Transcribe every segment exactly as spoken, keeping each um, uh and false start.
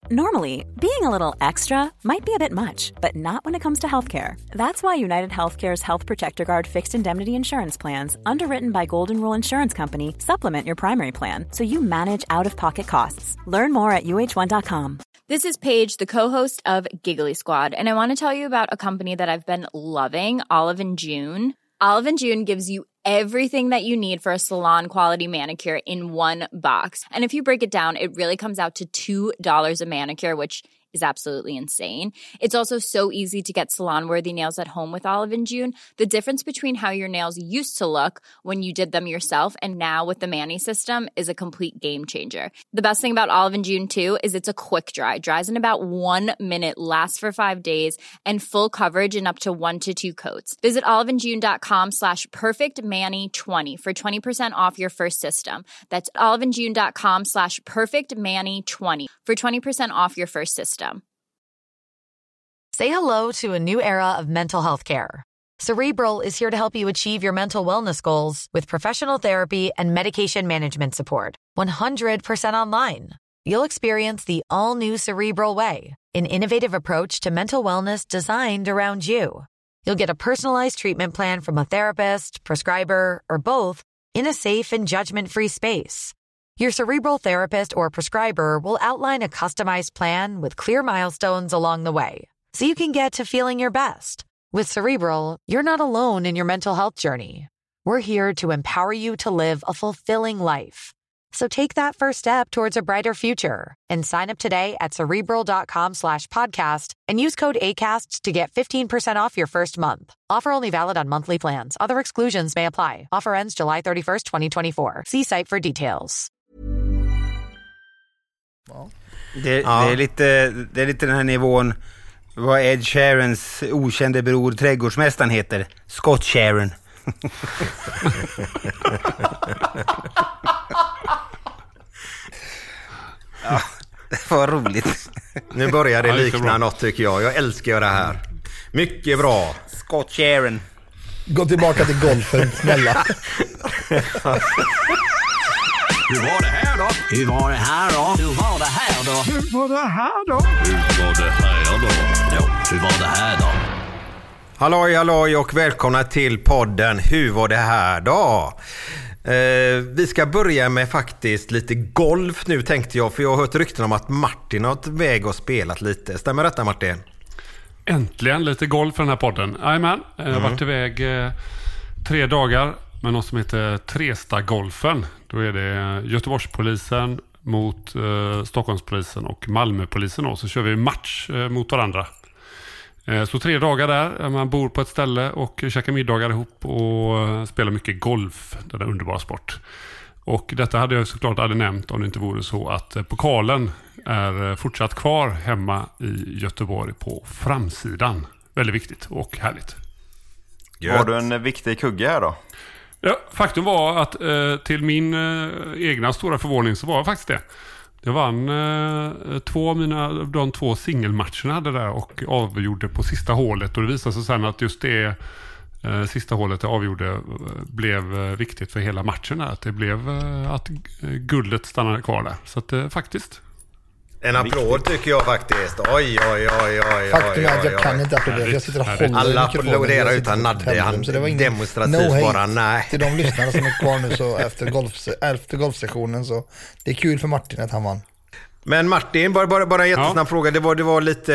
Normally, being a little extra might be a bit much, but not when it comes to healthcare. That's why United Healthcare's Health Protector Guard fixed indemnity insurance plans, underwritten by Golden Rule Insurance Company, supplement your primary plan so you manage out-of-pocket costs. Learn more at U H one dot com. This is Paige, the co-host of Giggly Squad, and I want to tell you about a company that I've been loving, Olive and June. Olive and June gives you everything that you need for a salon-quality manicure in one box. And if you break it down, it really comes out to two dollars a manicure, which is absolutely insane. It's also so easy to get salon-worthy nails at home with Olive and June. The difference between how your nails used to look when you did them yourself and now with the Mani system is a complete game changer. The best thing about Olive and June, too, is it's a quick dry. Dries in about one minute, lasts for five days, and full coverage in up to one to two coats. Visit oliveandjune.com slash perfectmani20 for twenty percent off your first system. That's oliveandjune.com slash perfectmani20 for twenty percent off your first system. Say hello to a new era of mental health care. Cerebral is here to help you achieve your mental wellness goals with professional therapy and medication management support. one hundred percent online. You'll experience the all-new Cerebral Way, an innovative approach to mental wellness designed around you. You'll get a personalized treatment plan from a therapist, prescriber, or both in a safe and judgment-free space. Your Cerebral therapist or prescriber will outline a customized plan with clear milestones along the way, so you can get to feeling your best. With Cerebral, you're not alone in your mental health journey. We're here to empower you to live a fulfilling life. So take that first step towards a brighter future and sign up today at Cerebral.com slash podcast and use code ACAST to get fifteen percent off your first month. Offer only valid on monthly plans. Other exclusions may apply. Offer ends July thirty-first, twenty twenty-four. See site for details. Det, ja. det, är lite, det är lite den här nivån vad Ed Sheerans okände bror trädgårdsmästaren heter. Scott Sheeran. Ja, det var roligt. Nu börjar det likna något tycker jag. Jag älskar det här. Mycket bra. Scott Sheeran. Gå tillbaka till golfen, snälla. Hur var det här då? Hur var det här då? Hur var det här då? Hur var det här då? Hur var det här då? Ja, hur var det här då? Halloj, halloj och välkomna till podden Hur var det här då? Eh, vi ska börja med faktiskt lite golf nu tänkte jag. För jag har hört rykten om att Martin har ett väg och spelat lite. Stämmer detta Martin? Äntligen lite golf för den här podden. Jajamän, jag har mm. varit iväg eh, tre dagar med något som heter Trestad-golfen. Då är det Göteborgspolisen mot eh, Stockholmspolisen och Malmöpolisen. Och så kör vi match eh, mot varandra. Eh, så tre dagar där. Man bor på ett ställe och käkar middagar ihop och eh, spelar mycket golf. Det är en underbar sport. Och detta hade jag såklart aldrig nämnt om det inte vore så att eh, pokalen är eh, fortsatt kvar hemma i Göteborg på framsidan. Väldigt viktigt och härligt. Har du en viktig kugge här då? Ja, faktum var att eh, till min eh, egna stora förvåning så var det faktiskt det. Jag vann eh, två av mina, de två singelmatcherna hade där och avgjorde på sista hålet. Och det visade sig sen att just det eh, sista hålet jag avgjorde eh, blev eh, viktigt för hela matchen. Att det blev eh, att guldet stannade kvar där. Så att eh, faktiskt... En applåd tycker jag faktiskt. Oj, oj, oj, oj. Faktum är att jag kan inte applådera. Jag sitter och håller alla applåderar utan Nadde. Han demonstrativt no bara nej. Till de lyssnare som är kvar nu så efter, golf, efter golfsessionen så det är kul för Martin att han vann. Men Martin, bara, bara, bara en jättesnabb ja. fråga. Det var, det var lite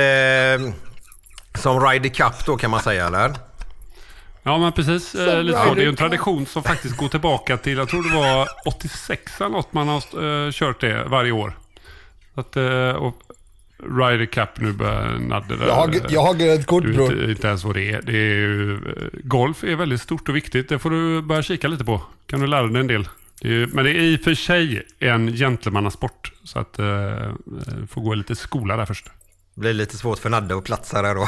eh, som Ryder Cup då kan man säga, eller? Ja, men precis. Eh, lite så. Det är en tradition som faktiskt går tillbaka till, jag tror det var åttiosex eller något man har uh, kört det varje år. Att och Ryder Cup nu börjar Nadde där. Jag har, jag har ett kort, bror. Inte, inte ens vad det är. Det är ju, golf är väldigt stort och viktigt. Det får du börja kika lite på. Kan du lära dig en del. Det är, men det är i och för sig en gentlemannasport. Så att uh, får gå lite skola där först. Det blir lite svårt för Nadde att platsa där då.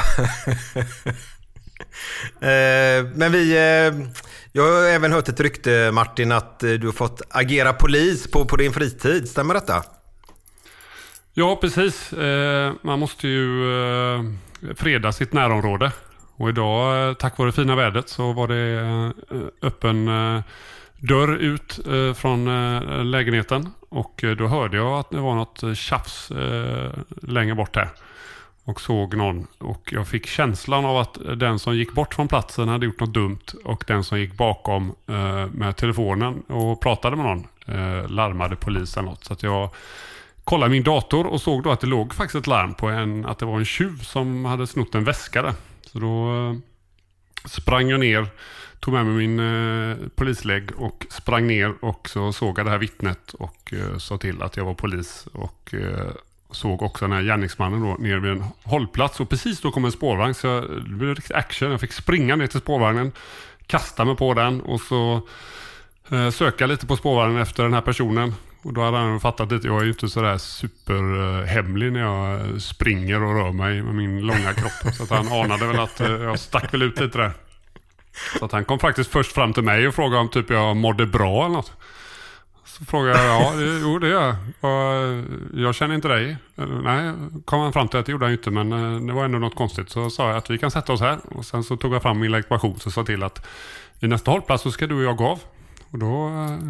uh, men vi... Uh, jag har även hört ett rykte, Martin, att uh, du har fått agera polis på, på din fritid. Stämmer detta? Ja, precis. Eh, man måste ju eh, freda sitt närområde. Och idag, eh, tack vare det fina vädret, så var det eh, öppen eh, dörr ut eh, från eh, lägenheten. och då hörde jag att det var något tjafs eh, längre bort där. Och såg någon, och jag fick känslan av att den som gick bort från platsen hade gjort något dumt, och den som gick bakom eh, med telefonen och pratade med någon eh, larmade polisen något. Så att jag kollade min dator och såg då att det låg faktiskt ett larm på en, att det var en tjuv som hade snott en väska där. Så då eh, sprang jag ner, tog med mig min eh, polislägg och sprang ner, och så såg jag det här vittnet och eh, sa till att jag var polis, och eh, såg också den här gärningsmannen då nere vid en hållplats, och precis då kom en spårvagn, så jag, det blev riktigt action. Jag fick springa ner till spårvagnen, kasta mig på den och så eh, söka lite på spårvagnen efter den här personen, och då hade han fattat att jag är ju inte sådär superhemlig när jag springer och rör mig med min långa kropp, så att han anade väl att eh, jag stack väl ut lite där. Så att han kom faktiskt först fram till mig och frågade om typ jag mådde bra eller något. Så frågade jag, ja, det, jo det gör jag. Jag känner inte dig. Nej, kom han fram till att det gjorde han inte, men det var ändå något konstigt. Så sa jag att vi kan sätta oss här. Och sen så tog jag fram min legitimation och sa till att i nästa hållplats så ska du och jag gå av. Och då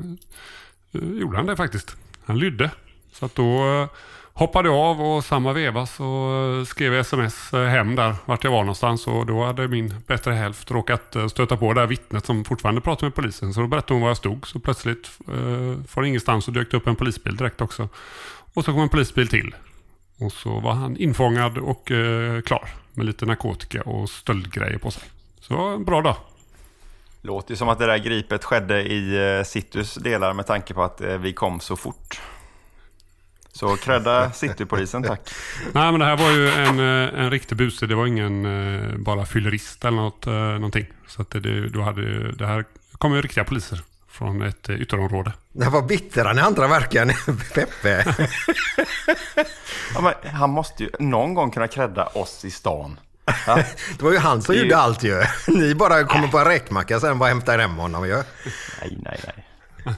uh, gjorde han det faktiskt. Han lydde. Så att då uh, hoppade jag av, och samma veva så skrev jag sms hem där vart jag var någonstans, och då hade min bättre hälft råkat stöta på det där vittnet som fortfarande pratade med polisen. Så då berättade hon var jag stod, så plötsligt eh, från ingenstans så dök det upp en polisbil direkt också. Och så kom en polisbil till, och så var han infångad och eh, klar med lite narkotika och stöldgrejer på sig. Så det var en bra dag. Låter ju som att det där gripet skedde i eh, Citys delar med tanke på att eh, vi kom så fort. Så krädda Citypolisen, tack. Nej, men det här var ju en, en riktig buse. Det var ingen uh, bara fyllerist eller något, uh, någonting. Så att det, då hade, det här kom ju riktiga poliser från ett uh, ytterområde. Det var bittran i andra verkan, Peppe. Ja, men han måste ju någon gång kunna krädda oss i stan. Ja? Det var ju han som det gjorde ju... allt ju. Ni bara kommer på en räkmacka sen bara hämtar hem honom ju. Nej, nej, nej.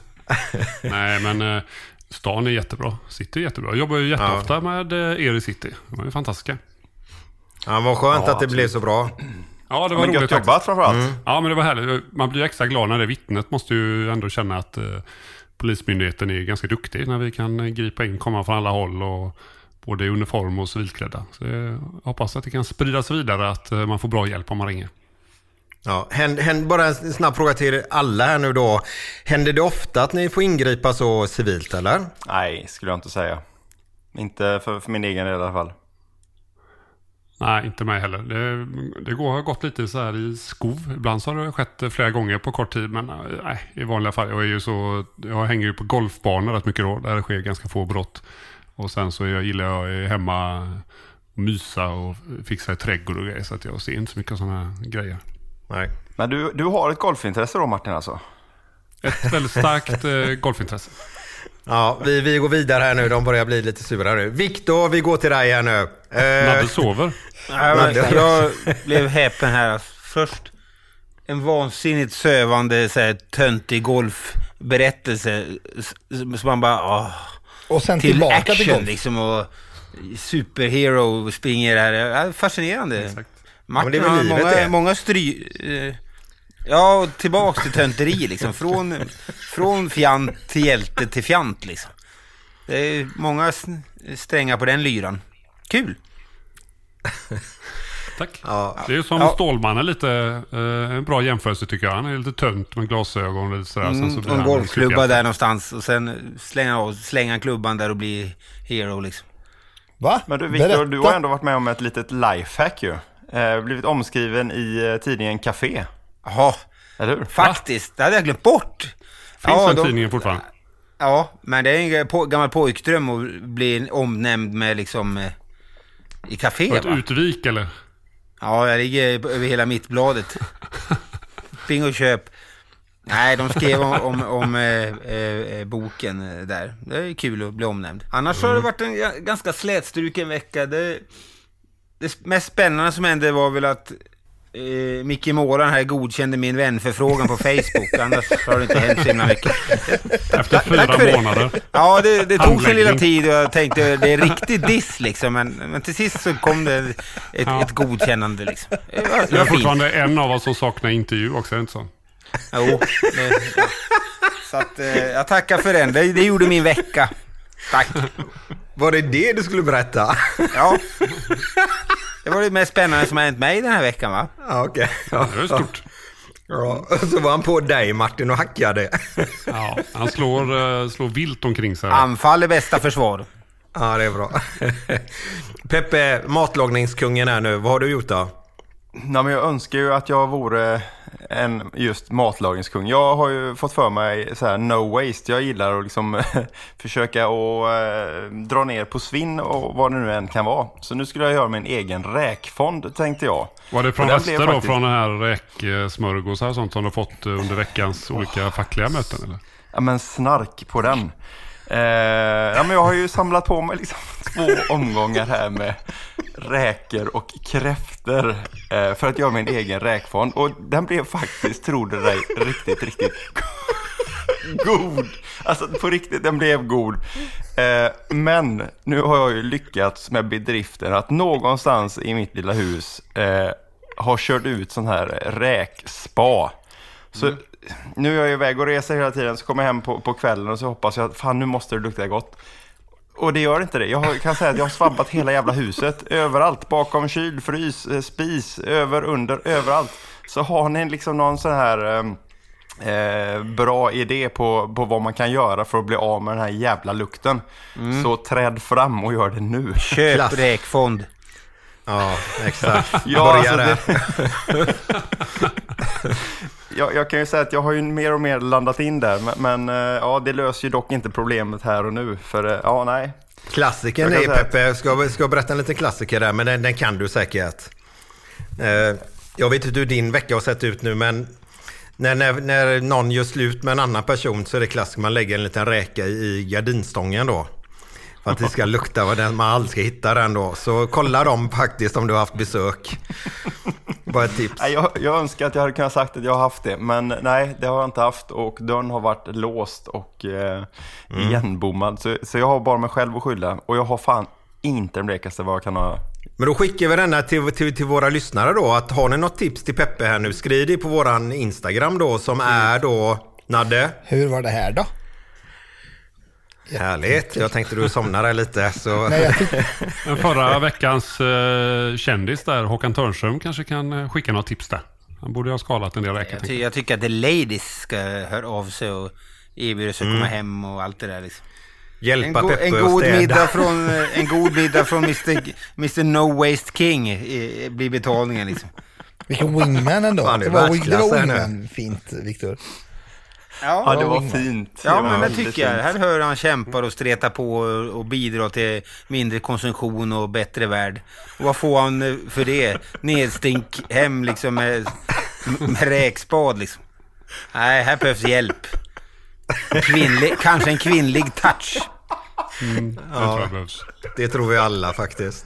Nej, men... Uh, stan är jättebra. City är jättebra. Jag jobbar ju jätteofta ja. med er i City. De är fantastiska. Ja, vad skönt ja, att det blev så bra. Ja, det var men roligt jobbat framförallt. Mm. Ja, men det var härligt. Man blir extra glad när det vittnet måste ju ändå känna att eh, polismyndigheten är ganska duktig när vi kan gripa in, komma från alla håll, och både i uniform och civilklädda. Så jag hoppas att det kan spridas vidare, att eh, man får bra hjälp om man ringer. Ja, händ, händ, bara en snabb fråga till alla här nu då. Händer det ofta att ni får ingripa så civilt, eller? Nej, skulle jag inte säga. Inte för, för min egen del i alla fall. Nej, inte mig heller. Det, det går, har gått lite så här i skov. Ibland så har det skett flera gånger på kort tid, men nej, i vanliga fall. Jag, är ju så, jag hänger ju på golfbanor rätt mycket då, där det sker ganska få brott. Och sen så jag gillar jag hemma och mysa och fixa i trädgård och grejer, så att jag ser inte så mycket sådana grejer. Nej. Men du, du har ett golfintresse då, Martin, alltså? Ett väldigt starkt eh, golfintresse. Ja, vi, vi går vidare här nu. De börjar bli lite sura nu. Viktor, vi går till dig här nu. Eh... Nadde sover. Ja, jag blev häpen här. Först en vansinnigt sövande, så här, töntig golfberättelse. Så man bara... Åh, och sen till tillbaka action, till golf. Liksom, och superhero springer här. Ja, fascinerande. Exakt. Martin ja, har många, det. många stry... Eh, ja, tillbaks till tönteri liksom. Från, från fjant till hjälte till fjant liksom. Det är många strängar på den lyran. Kul! Tack. Ja. Det är ju som ja. Stålmannen lite, eh, en bra jämförelse tycker jag. Han är lite tönt med glasögon och lite sådär. Mm, sen så och en golfklubba där någonstans. Och sen slänga, slänga klubban där och bli hero liksom. Va? Men du Victor, du har ändå varit med om ett litet lifehack ju. Eh, blivit omskriven i eh, tidningen Café. Jaha, eller hur? Faktiskt, det hade jag glömt bort. Finns ja, den de, tidningen fortfarande? Ja, men det är en på, gammal pojkdröm att bli omnämnd med liksom eh, i Café. På ett utvik eller? Ja, jag ligger över hela mittbladet. Ping och köp. Nej, de skrev om, om, om eh, eh, boken där. Det är kul att bli omnämnd. Annars mm. har det varit en ganska slätstruken vecka. Det, det mest spännande som hände var väl att eh, Micke Måran här godkände min vänförfrågan på Facebook. Annars har det inte hänt så himla mycket. Efter fyra månader. Ja, det, det tog sig en lilla tid och jag tänkte det är riktigt diss liksom. Men, men till sist så kom det ett, ja. ett godkännande liksom. Det var, det var är fortfarande en av oss som saknar intervju också, är det inte så? Jo, det, Så att, eh, jag tackar för den. Det, det gjorde min vecka. Tack. Var det det du skulle berätta? Ja. Det var det mest spännande som har hänt mig den här veckan, va? Ja, okej. Okay. Ja, det är stort. Ja, så var han på dig, Martin, och hackade. Ja, han slår, slår vilt omkring sig. Anfall är bästa försvar. Ja, det är bra. Peppe, matlagningskungen är nu. Vad har du gjort då? Nej, men jag önskar ju att jag vore en just matlagningskung. Jag har ju fått för mig så här no waste. Jag gillar att liksom försöka att äh, dra ner på svinn och vad det nu än kan vara. Så nu skulle jag göra min egen räkfond, tänkte jag. Var det från rester faktiskt... då, från den här räksmörgåsar och sånt som du har fått under veckans olika fackliga möten, eller? Ja, men snark på den. Eh, ja, men jag har ju samlat på mig liksom två omgångar här med räkor och kräfter eh, för att göra min egen räkfond. Och den blev faktiskt, tror du dig, riktigt, riktigt god. Alltså på riktigt, den blev god. Eh, men nu har jag ju lyckats med bedriften att någonstans i mitt lilla hus eh, har kört ut sån här räkspa. Så mm. nu är jag iväg och reser hela tiden, så kommer jag hem på, på kvällen och så hoppas jag att fan, nu måste det lukta gott. Och det gör inte det. Jag har, kan säga att jag har svabbat hela jävla huset. Överallt, bakom kyl, frys, spis, över, under, överallt. Så har ni liksom någon sån här eh, bra idé på, på vad man kan göra för att bli av med den här jävla lukten. Mm. Så träd fram och gör det nu. Köp räkfond. Ja, exakt. Ja, alltså det... jag, jag kan ju säga att jag har ju mer och mer landat in där. Men, men ja, det löser ju dock inte problemet här och nu. För ja, nej. Klassiken är, Peppe, ska, ska jag berätta en liten klassiker där, men den, den kan du säkert. Eh, jag vet inte hur din vecka har sett ut nu, men när, när, när någon gör slut med en annan person så är det klassiskt, man lägger en liten räka i gardinstången då. För att det ska lukta, vad den, man aldrig ska hitta den då. Så kolla dem faktiskt om du har haft besök. Bara ett tips. Jag, jag önskar att jag hade kunnat sagt att jag har haft det. Men nej, det har jag inte haft. Och dörren har varit låst och eh, mm. igenbommad. Så, så jag har bara mig själv att skylla. Och jag har fan inte den blekaste vad jag kan ha. Men då skickar vi den här till, till, till våra lyssnare då. Att har ni något tips till Peppe här nu, skriv det på våran Instagram då. Som är då, Nadde. Hur var det här då? Härligt, jag tänkte du somnade lite så... Nej, jag tyck- Men förra veckans eh, kändis där, Håkan Törnström, kanske kan skicka något tips där. Han borde ha skalat en del räkor. Jag, ty- jag tycker att The Ladies ska höra av sig och erbjuda sig mm. komma hem och allt det där liksom. Hjälpa en go- Peppe en god middag från En god middag från mister mister No Waste King i, blir betalningen liksom. Vilken wingman ändå. Fan, det, det var, det var wingman. Fint, Viktor. Ja, ja, det var wingman. Fint. Ja, det men var det tycker jag. Här hör han kämpar och stretar på och bidrar till mindre konsumtion och bättre värld. Och vad får han för det? Nedstink hem liksom med, med räkspad liksom. Nej, här behövs hjälp. Kvinnlig, kanske en kvinnlig touch. Mm, det ja, tror jag behövs. Det tror vi alla faktiskt.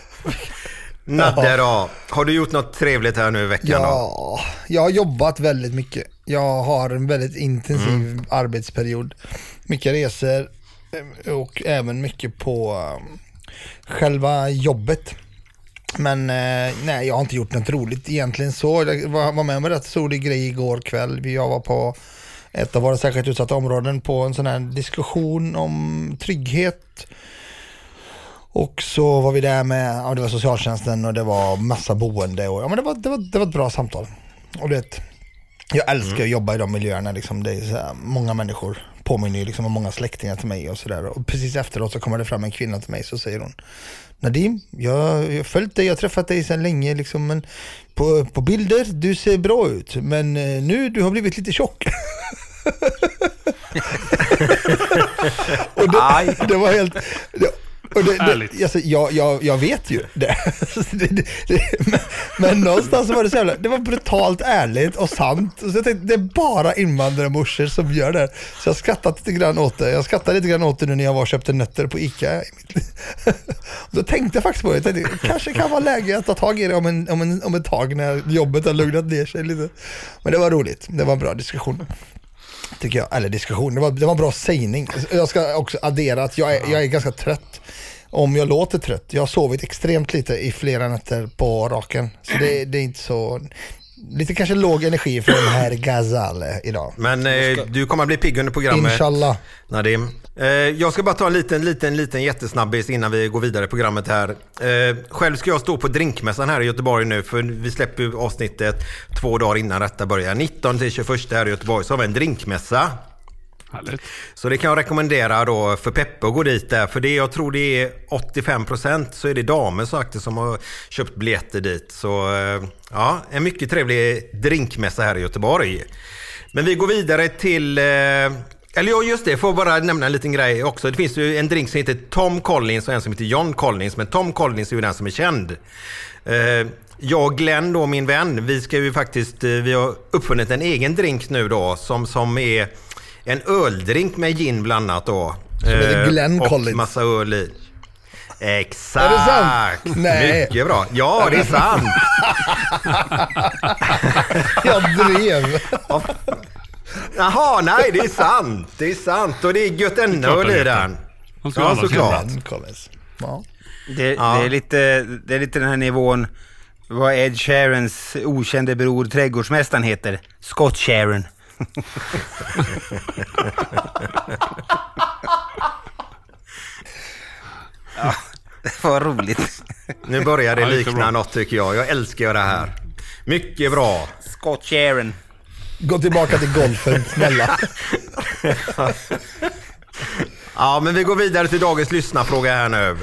Nadde då, har du gjort något trevligt här nu i veckan? Ja, då? Jag har jobbat väldigt mycket. Jag har en väldigt intensiv mm. arbetsperiod. Mycket resor och även mycket på um, själva jobbet. Men eh, nej, jag har inte gjort något roligt egentligen så. Jag var, var med om en rätt rolig grej igår kväll. Jag var på ett av våra särskilt utsatta områden på en sån här diskussion om trygghet. Och så var vi där med, ja, det var socialtjänsten och det var massa boende och ja, men det var, det var, det var ett bra samtal. Och det, jag älskar mm. att jobba i de miljöerna liksom. Det är så här, många människor påminner liksom om många släktingar till mig och sådär. Och precis efteråt så kommer det fram en kvinna till mig, så säger hon: Nadim, jag har följt dig, jag har träffat dig sedan länge liksom, men på, på bilder, du ser bra ut, men nu du har blivit lite tjock. Och det, det var helt... Det, och det, det, alltså, jag, jag, jag vet ju det. det, det, det men, men någonstans var det så jävla, det var brutalt ärligt och sant. Och så jag tänkte, det är bara invandrarmorsor som gör det. Så jag skrattade lite grann åt det. Jag skrattade lite grann åt det nu när jag var och köpte nötter på Ica. Och då tänkte jag faktiskt på det. Jag tänkte, kanske kan vara läge att ta tag i det om, en, om, en, om ett tag när jobbet har lugnat ner sig lite. Men det var roligt. Det var en bra diskussion, tycker jag. Eller diskussion, det var, det var en bra sägning. Jag ska också addera att jag är, jag är ganska trött. Om jag låter trött. Jag har sovit extremt lite i flera nätter på raken. Så det, det är inte så... lite kanske låg energi från herr Ghazale idag. Men eh, du kommer att bli pigg under programmet. Inshallah. Nadim. Eh, jag ska bara ta en liten, liten, liten jättesnabbis innan vi går vidare i programmet här. Eh, själv ska jag stå på drinkmässan här i Göteborg nu, för vi släpper ju avsnittet två dagar innan detta börjar. nitton till tjugoförsta här i Göteborg så har vi en drinkmässa. Härligt. Så det kan jag rekommendera då för Peppe att gå dit där. För det, jag tror det är åttiofem procent så är det damer sagt som har köpt biljetter dit. Så ja, en mycket trevlig drinkmässa här i Göteborg. Men vi går vidare till... Eller ja, just det, jag får bara nämna en liten grej också. Det finns ju en drink som heter Tom Collins och en som heter John Collins. Men Tom Collins är ju den som är känd. Jag och Glenn då, min vän, vi ska ju faktiskt... Vi har uppfunnit en egen drink nu då som, som är... En öldrink med gin bland annat då. Som heter Glenn och Collins. Massa öl i. Exakt. Är det sant? Nej. Mycket bra. Ja, det är sant. Jag drev. Jaha, nej, det är sant. Det är sant. Och det är gött öl i den. Ja, såklart. Ja. Det, Ja. det, är lite, det är lite den här nivån vad Ed Sheerans okände bror trädgårdsmästaren heter. Scott Sheeran. Ja, det var roligt. Nu börjar det Ja, lite likna bra. något tycker jag. Jag älskar det här. Mycket bra. Scott Sheeran. Gå tillbaka till golfen, snälla. Ja, men vi går vidare till dagens lyssnarfråga här nu.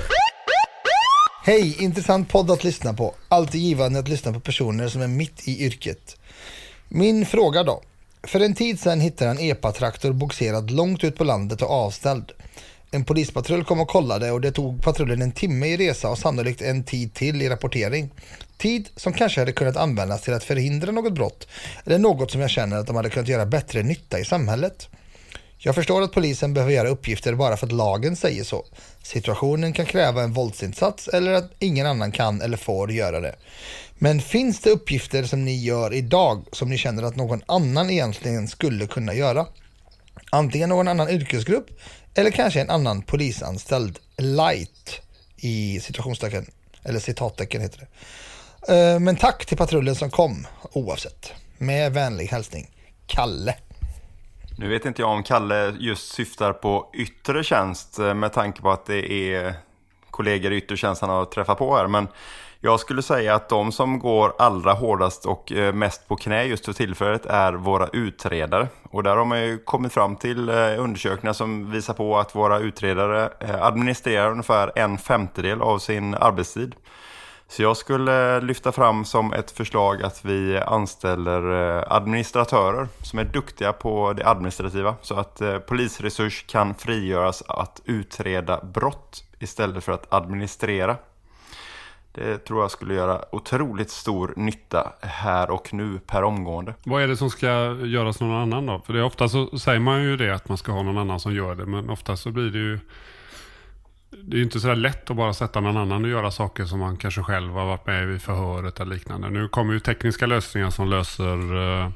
Hej, intressant podd att lyssna på. Alltid givande att lyssna på personer som är mitt i yrket. Min fråga då. För en tid sedan hittade en E P A-traktor boxerad långt ut på landet och avställd. En polispatrull kom och kollade och det tog patrullen en timme i resa och sannolikt en tid till i rapportering. Tid som kanske hade kunnat användas till att förhindra något brott eller något som jag känner att de hade kunnat göra bättre nytta i samhället. Jag förstår att polisen behöver göra uppgifter bara för att lagen säger så. Situationen kan kräva en våldsinsats eller att ingen annan kan eller får göra det. Men finns det uppgifter som ni gör idag som ni känner att någon annan egentligen skulle kunna göra? Antingen någon annan yrkesgrupp eller kanske en annan polisanställd light i situationstecken eller citattecken heter det. Men tack till patrullen som kom oavsett. Med vänlig hälsning, Kalle. Nu vet inte jag om Kalle just syftar på yttre tjänst med tanke på att det är kollegor i yttre tjänst han har träffat på här. Men jag skulle säga att de som går allra hårdast och mest på knä just för tillfället är våra utredare. Och där har man ju kommit fram till undersökningar som visar på att våra utredare administrerar ungefär en femtedel av sin arbetstid. Så jag skulle lyfta fram som ett förslag att vi anställer administratörer som är duktiga på det administrativa så att polisresurs kan frigöras att utreda brott istället för att administrera. Det tror jag skulle göra otroligt stor nytta här och nu per omgående. Vad är det som ska göras någon annan då? För det är ofta så säger man ju det att man ska ha någon annan som gör det, men ofta så blir det ju det är ju inte så där lätt att bara sätta någon annan och göra saker som man kanske själv har varit med i förhöret eller liknande. Nu kommer ju tekniska lösningar som löser eh,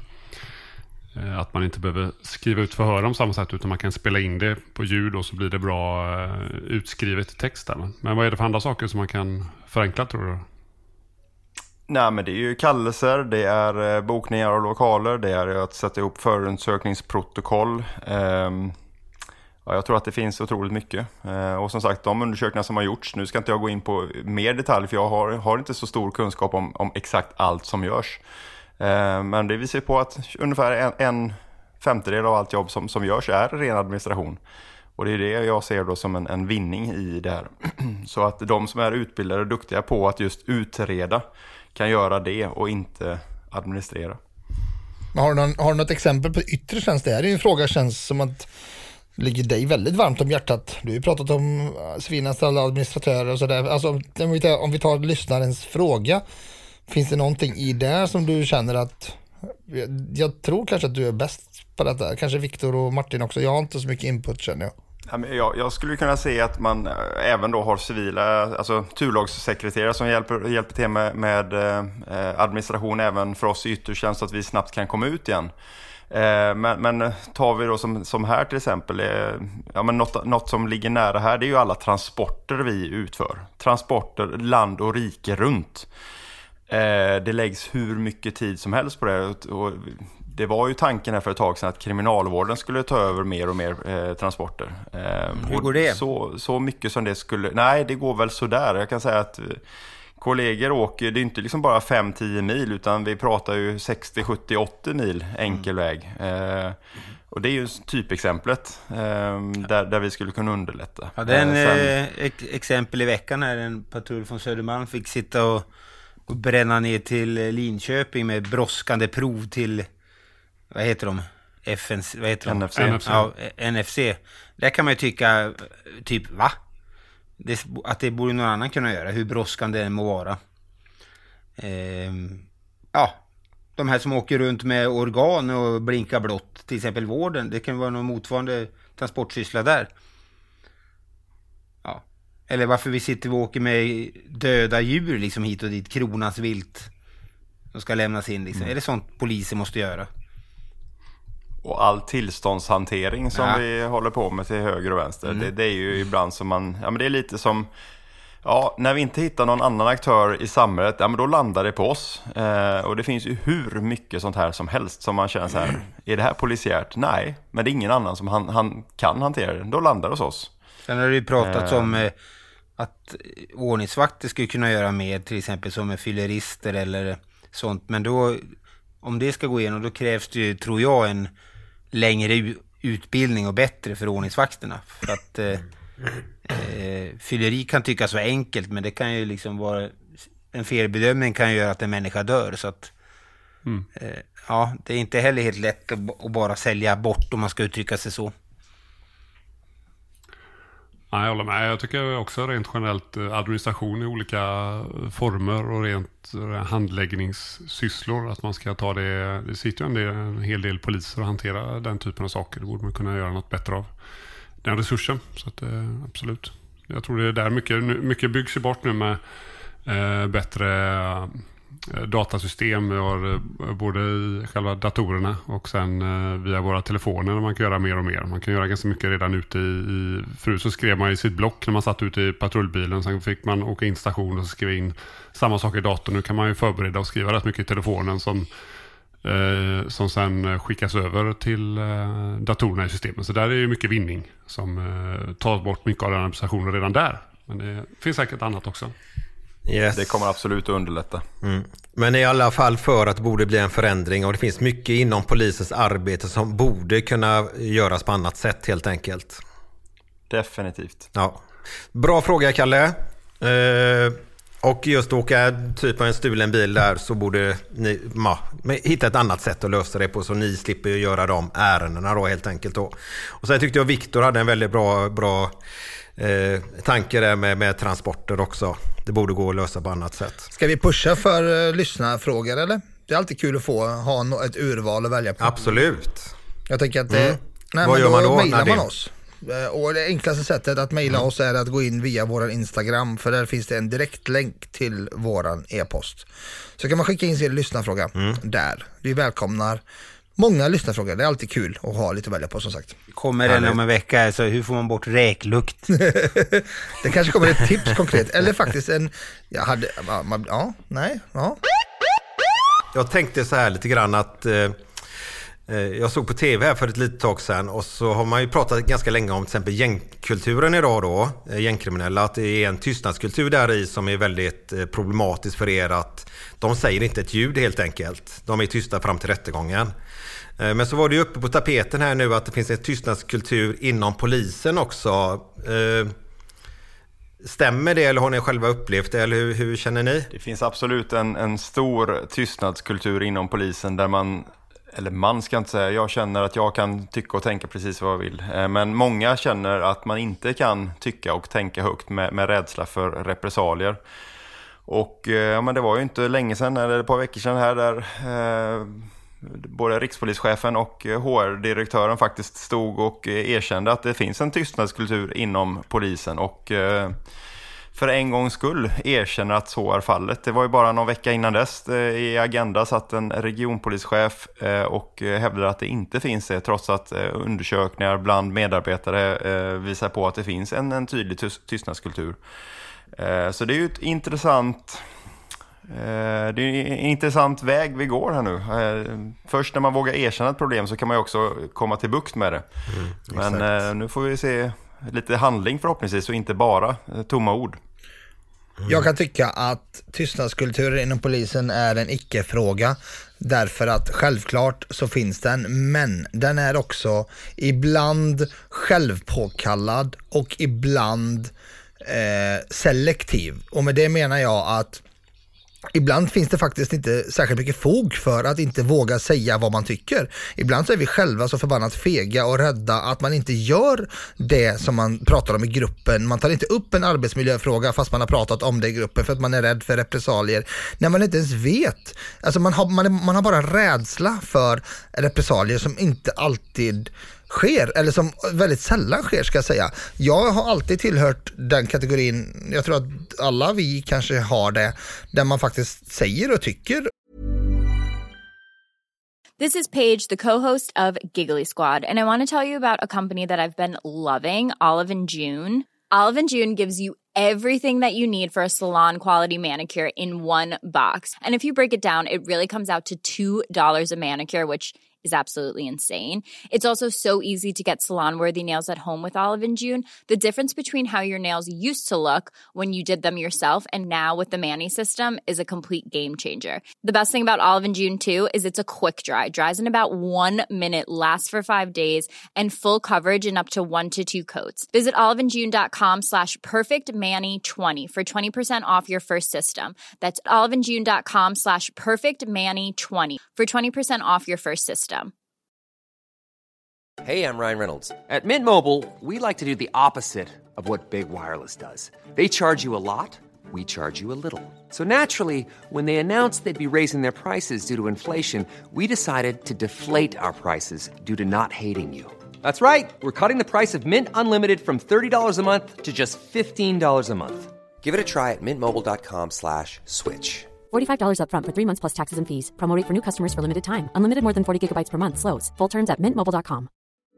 att man inte behöver skriva ut förhör om samma sätt utan man kan spela in det på ljud och så blir det bra eh, utskrivet i texten. Men vad är det för andra saker som man kan förenkla tror du? Nej, men det är ju kallelser, det är eh, bokningar av lokaler, det är att sätta ihop förundersökningsprotokoll. Ehm, Ja, jag tror att det finns otroligt mycket. Eh, och som sagt, de undersökningar som har gjorts, nu ska inte jag gå in på mer detalj för jag har, har inte så stor kunskap om, om exakt allt som görs. Eh, men det visar på att ungefär en, en femtedel av allt jobb som, som görs är ren administration. Och det är det jag ser då som en, en vinning i det här. Så att de som är utbildade och duktiga på att just utreda kan göra det och inte administrera. Har du, någon, har du något exempel på yttre tjänst? Det här är ju en fråga känns som att ligger dig väldigt varmt om hjärtat. Du har ju pratat om civilanställda administratörer och sådär. Alltså, om vi tar, om vi tar lyssnarens fråga, finns det någonting i där som du känner att jag tror kanske att du är bäst på detta. Kanske Viktor och Martin också. Jag har inte så mycket input känner jag. Jag, jag skulle kunna se att man även då har civila, alltså turlagssekreterare som hjälper, hjälper till med, med administration även för oss i yttertjänst så att vi snabbt kan komma ut igen. Men, men tar vi då som, som här till exempel, ja, men något, något som ligger nära här, det är ju alla transporter vi utför. Transporter land och rike runt. eh, det läggs hur mycket tid som helst på det. Och, och det var ju tanken här för ett tag sedan att kriminalvården skulle ta över mer och mer eh, transporter. Eh, hur går det? Så, så mycket som det skulle... Nej, det går väl så där. Jag kan säga att kollegor åker, det är inte liksom bara fem till tio mil, utan vi pratar ju sextio, sjuttio, åttio mil enkel mm. väg. Eh, och det är ju typexemplet eh, där, där vi skulle kunna underlätta. Ja, det är en eh, sen... eh, exempel i veckan här, en patrull från Södermalm fick sitta och, och bränna ner till Linköping med brådskande prov till, vad heter de? F N C, vad heter de? N F C. N F C. Ja, N F C. Där kan man ju tycka, typ, va? Det, att det borde någon annan kunna göra, hur brådskande det må vara. Ehm, ja, de här som åker runt med organ och blinkar blått, till exempel vården, det kan vara någon motsvarande transportsyssla där. Ja. Eller varför vi sitter och åker med döda djur liksom hit och dit, kronans vilt som ska lämnas in liksom. Mm. Är det sånt polisen måste göra? Och all tillståndshantering som ja. vi håller på med till höger och vänster, mm. det, det är ju ibland som man, ja men det är lite som, ja, när vi inte hittar någon annan aktör i samhället, ja men då landar det på oss. Eh, och det finns ju hur mycket sånt här som helst som man känner så här, är det här polisiärt? Nej, men det är ingen annan som han, han kan hantera det, då landar det hos oss. Sen har det ju pratats eh. om eh, att ordningsvakter skulle kunna göra mer, till exempel som med fyllerister eller sånt, men då, om det ska gå igenom, då krävs det ju, tror jag, en längre utbildning och bättre för ordningsvakterna. För att eh, eh, fylleri kan tyckas vara enkelt, men det kan ju liksom vara, en felbedömning kan ju göra att en människa dör. Så att mm. eh, ja, det är inte heller helt lätt att, att bara sälja bort, om man ska uttrycka sig så. Nej, jag håller med. Jag tycker också rent generellt administration i olika former och rent handläggningssysslor, att man ska ta det, det sitter ju en, del, en hel del poliser och hantera den typen av saker. Det borde man kunna göra något bättre av den resursen. Så att, absolut. Jag tror det är där mycket, mycket byggs ju bort nu med eh, bättre eh, datasystem. Vi har eh, både i själva datorerna och sen eh, via våra telefoner, där man kan göra mer och mer. Man kan göra ganska mycket redan ute i, i förut så skrev man i sitt block när man satt ute i patrullbilen, sen fick man åka in station och skriva in samma sak i datorn. Nu kan man ju förbereda och skriva rätt mycket i telefonen som Eh, som sen skickas över till eh, datorerna i systemet. Så där är ju mycket vinning som eh, tar bort mycket av den administrationen redan där. Men det finns säkert annat också. Yes. Det kommer absolut att underlätta. Mm. Men i alla fall för att det borde bli en förändring, och det finns mycket inom polisens arbete som borde kunna göras på annat sätt helt enkelt. Definitivt. Ja. Bra fråga, Kalle. Eh, Och just åka typ på en stulen bil där, så borde ni ma, hitta ett annat sätt att lösa det på, så ni slipper göra de ärendena då helt enkelt då. Och så tyckte jag Viktor hade en väldigt bra, bra eh, tanke där med, med transporter också. Det borde gå att lösa på annat sätt. Ska vi pusha för uh, lyssnarfrågor eller? Det är alltid kul att få ha no- ett urval att välja på. Absolut. Jag tänker att det, mm. nej, Vad men gör man då? Då mejlar Nej, man oss. Och det enklaste sättet att mejla mm. oss är att gå in via våran Instagram, för där finns det en direktlänk till våran e-post. Så kan man skicka in sin lyssnarfråga mm. där. Vi välkomnar många lyssnarfrågor. Det är alltid kul att ha lite att välja på, som sagt. Kommer den om en vecka, så hur får man bort räklukt? Det kanske kommer ett tips konkret. Eller faktiskt en, jag hade, ja, ja nej, ja. Jag tänkte så här lite grann att eh, jag såg på tv här för ett litet tag sedan, och så har man ju pratat ganska länge om till exempel gängkulturen idag då, gängkriminella, att det är en tystnadskultur där i som är väldigt problematisk för er, att de säger inte ett ljud helt enkelt. De är tysta fram till rättegången. Men så var det ju uppe på tapeten här nu att det finns en tystnadskultur inom polisen också. Stämmer det, eller har ni själva upplevt det, eller hur, hur känner ni? Det finns absolut en, en stor tystnadskultur inom polisen där man, eller man ska inte säga, jag känner att jag kan tycka och tänka precis vad jag vill. Men många känner att man inte kan tycka och tänka högt med, med rädsla för repressalier. Och ja, men det var ju inte länge sedan, eller ett par veckor sedan här, där eh, både rikspolischefen och H R-direktören faktiskt stod och erkände att det finns en tystnadskultur inom polisen, och eh, för en gångs skull erkänner att så är fallet. Det var ju bara någon vecka innan dess i Agenda satt en regionpolischef och hävdade att det inte finns det, trots att undersökningar bland medarbetare visar på att det finns en, en tydlig tystnadskultur. Så det är ju ett intressant Det är en intressant väg vi går här nu. Först när man vågar erkänna ett problem så kan man ju också komma till bukt med det. Mm, Men nu får vi se lite handling förhoppningsvis och inte bara tomma ord. Mm. Jag kan tycka att tystnadskulturen inom polisen är en icke-fråga. Därför att självklart så finns den, men den är också ibland självpåkallad och ibland eh, selektiv. Och med det menar jag att ibland finns det faktiskt inte särskilt mycket fog för att inte våga säga vad man tycker. Ibland så är vi själva så förbannat fega och rädda att man inte gör det som man pratar om i gruppen. Man tar inte upp en arbetsmiljöfråga fast man har pratat om det i gruppen för att man är rädd för repressalier. När man inte ens vet. Alltså man har, man, är, man har bara rädsla för repressalier som inte alltid sker, eller som väldigt sällan sker ska jag säga. Jag har alltid tillhört den kategorin, jag tror att alla vi kanske har det, där man faktiskt säger och tycker. This is Paige, the co-host of Giggly Squad, and I want to tell you about a company that I've been loving, Olive and June. Olive and June gives you everything that you need for a salon quality manicure in one box. And if you break it down, it really comes out to two dollars a manicure, which is absolutely insane. It's also so easy to get salon-worthy nails at home with Olive and June. The difference between how your nails used to look when you did them yourself and now with the Mani system is a complete game changer. The best thing about Olive and June too is it's a quick dry. Dries in about one minute, lasts for five days, and full coverage in up to one to two coats. Visit oliveandjune.com slash perfectmani20 for twenty percent off your first system. That's oliveandjune.com slash perfectmani20 for twenty percent off your first system. Hey, I'm Ryan Reynolds. At Mint Mobile, we like to do the opposite of what Big Wireless does. They charge you a lot, we charge you a little. So naturally, when they announced they'd be raising their prices due to inflation, we decided to deflate our prices due to not hating you. That's right. We're cutting the price of Mint Unlimited from thirty dollars a month to just fifteen dollars a month. Give it a try at mintmobile.com slash switch. forty-five dollars up front for three months plus taxes and fees. Promo rate for new customers for limited time. Unlimited more than forty gigabytes per month. Slows full terms at mint mobile dot com.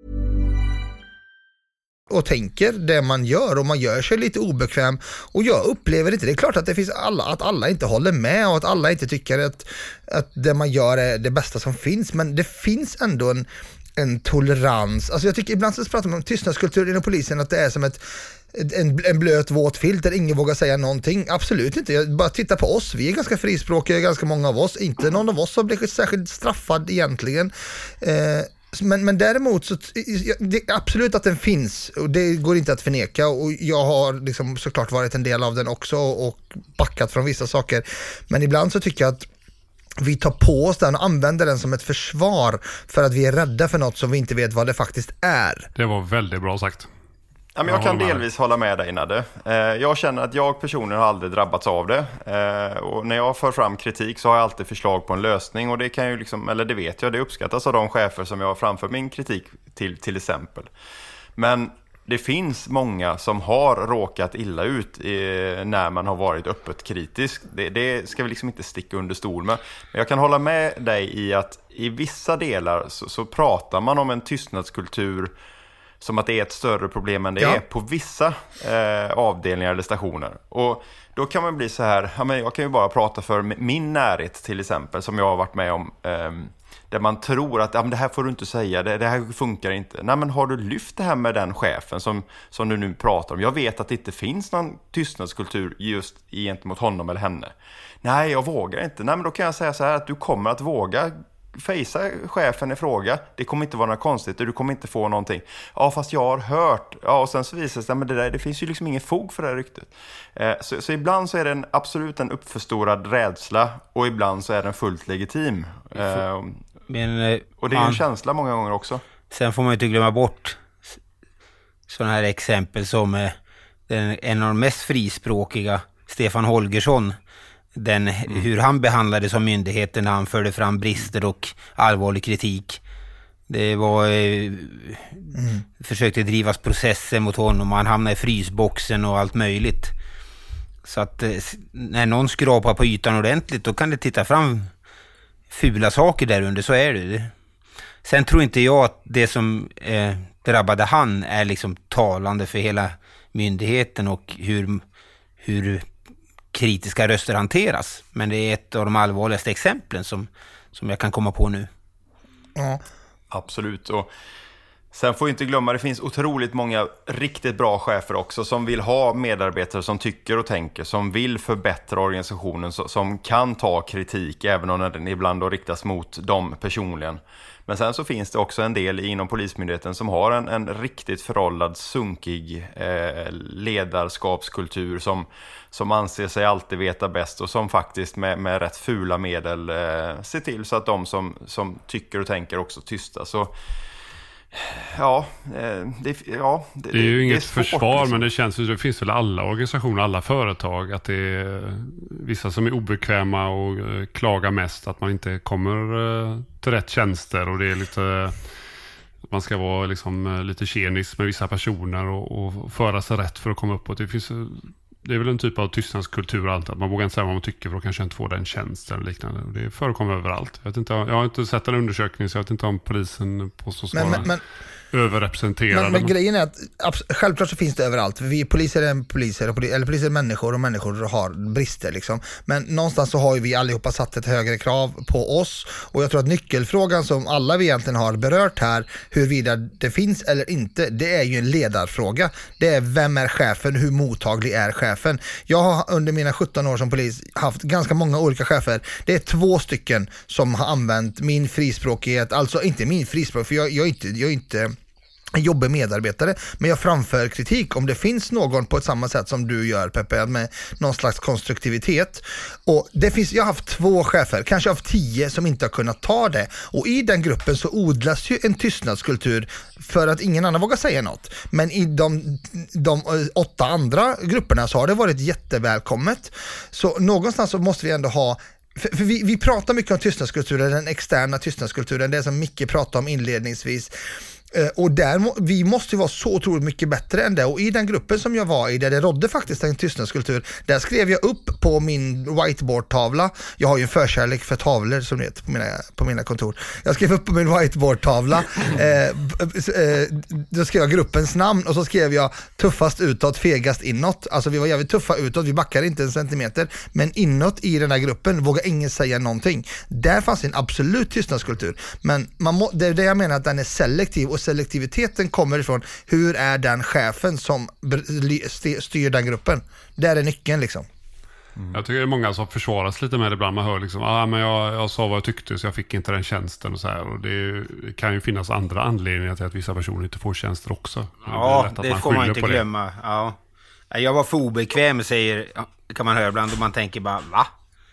Och tänker det man gör, och man gör sig lite obekväm, och jag upplever inte, det är klart att det finns alla, att alla inte håller med och att alla inte tycker att, att det man gör är det bästa som finns, men det finns ändå en, en tolerans. Alltså jag tycker ibland så pratar man om tystnadskultur inom polisen, att det är som ett En, en blöt våt filt där ingen vågar säga någonting. Absolut inte, jag bara titta på oss, vi är ganska frispråkiga, ganska många av oss, inte någon av oss har blivit särskilt straffad egentligen, eh, men, men däremot så det är absolut att den finns, och det går inte att förneka, och jag har liksom såklart varit en del av den också och backat från vissa saker, men ibland så tycker jag att vi tar på oss den och använder den som ett försvar för att vi är rädda för något som vi inte vet vad det faktiskt är. Det var väldigt bra sagt. Ja, men jag kan delvis hålla med dig, Nadde. Jag känner att jag personligen har aldrig drabbats av det. Och när jag för fram kritik så har jag alltid förslag på en lösning. Och det kan ju liksom, eller det vet jag, det uppskattas av de chefer som jag har framför min kritik till, till exempel. Men det finns många som har råkat illa ut i, när man har varit öppet kritisk. Det, det ska vi liksom inte sticka under stol med. Men jag kan hålla med dig i att i vissa delar så, så pratar man om en tystnadskultur som att det är ett större problem än det ja. är på vissa eh, avdelningar eller stationer. Och då kan man bli så här, ja, men jag kan ju bara prata för min närhet till exempel, som jag har varit med om, eh, där man tror att ja, men det här får du inte säga, det, det här funkar inte. Nej, men har du lyft det här med den chefen som, som du nu pratar om? Jag vet att det inte finns någon tystnadskultur just gentemot honom eller henne. Nej, jag vågar inte. Nej, men då kan jag säga så här att du kommer att våga fejsa chefen i fråga. Det kommer inte vara något konstigt och du kommer inte få någonting. Ja, fast jag har hört. Ja, och sen så visar det sig att det, där, det finns ju liksom ingen fog för det här ryktet. Eh, så, så ibland så är det en, absolut en uppförstorad rädsla, och ibland så är den fullt legitim. Eh, Men, eh, och det är ju en känsla många gånger också. Sen får man ju inte glömma bort sådana här exempel som eh, den, en av de mest frispråkiga, Stefan Holgersson. Den, mm. hur han behandlade som myndigheten när han förde fram brister och allvarlig kritik. Det var eh, mm. försökte drivas processer mot honom och han hamnade i frysboxen och allt möjligt. Så att eh, när någon skrapar på ytan ordentligt, då kan det titta fram fula saker där under, så är det. Sen tror inte jag att det som eh, drabbade han är liksom talande för hela myndigheten och hur, hur kritiska röster hanteras. Men det är ett av de allvarligaste exemplen som, som jag kan komma på nu. Ja. Absolut. Och sen får vi inte glömma, det finns otroligt många riktigt bra chefer också som vill ha medarbetare som tycker och tänker, som vill förbättra organisationen, som kan ta kritik även om den ibland då riktas mot dem personligen. Men sen så finns det också en del inom Polismyndigheten som har en, en riktigt föråldrad, sunkig eh, ledarskapskultur som, som anser sig alltid veta bäst och som faktiskt med, med rätt fula medel eh, ser till så att de som, som tycker och tänker också tysta. Så ja, det, ja, det, det är ju det inget är svårt, försvar liksom. Men det känns ju, det finns väl alla organisationer, alla företag att det är vissa som är obekväma och eh, klagar mest att man inte kommer eh, till rätt tjänster och det är lite, man ska vara liksom eh, lite tjenis med vissa personer och, och föra sig rätt för att komma upp och det finns det är väl en typ av tystnadskultur allt, att man vågar inte säga vad man tycker för då kanske inte får den tjänsten eller liknande. Det förekommer överallt. Jag vet inte, jag har inte sett en undersökning så jag vet inte om polisen påstås vara Men, men, överrepresenterade. men, men grejen är att abs- självklart så finns det överallt. För vi poliser är poliser, och poli- eller poliser är människor och människor har brister liksom. Men någonstans så har ju vi allihopa satt ett högre krav på oss. Och jag tror att nyckelfrågan som alla vi egentligen har berört här, huruvida det finns eller inte, det är ju en ledarfråga. Det är vem är chefen, hur mottaglig är chefen. Jag har under mina sjutton år som polis haft ganska många olika chefer. Det är två stycken som har använt min frispråkighet, alltså inte min frispråk, för jag, jag är inte, jag är inte en jobbig medarbetare, men jag framför kritik om det finns någon på ett samma sätt som du gör, Peppe, med någon slags konstruktivitet. Och det finns, jag har haft två chefer, kanske av tio som inte har kunnat ta det. Och i den gruppen så odlas ju en tystnadskultur för att ingen annan vågar säga något. Men i de, de åtta andra grupperna så har det varit jättevälkommet. Så någonstans så måste vi ändå ha. För, för vi, vi pratar mycket om tystnadskulturen, den externa tystnadskulturen, det som Micke pratade om inledningsvis. Uh, och där må, vi måste ju vara så otroligt mycket bättre än det. Och i den gruppen som jag var i, där det rådde faktiskt en tystnadskultur, där skrev jag upp på min whiteboardtavla. Jag har ju en förkärlek för tavlor som det heter på mina, på mina kontor. Jag skrev upp på min whiteboardtavla uh, uh, då skrev jag gruppens namn och så skrev jag tuffast utåt, fegast inåt. Alltså vi var jävligt tuffa utåt, vi backade inte en centimeter, men inåt i den här gruppen vågar ingen säga någonting. Där fanns en absolut tystnadskultur. Men man må, det är det jag menar, att den är selektiv, och selektiviteten kommer ifrån hur är den chefen som styr den gruppen. Där är nyckeln liksom. Mm. Jag tycker det är många som försvaras lite med det ibland. Man hör liksom, ah, men jag, jag sa vad jag tyckte så jag fick inte den tjänsten och så här. Och det, det kan ju finnas andra anledningar till att vissa personer inte får tjänster också. Ja, det, det man får man inte glömma. Det. Ja. Jag var för obekväm, säger, kan man höra ibland, och man tänker bara, va?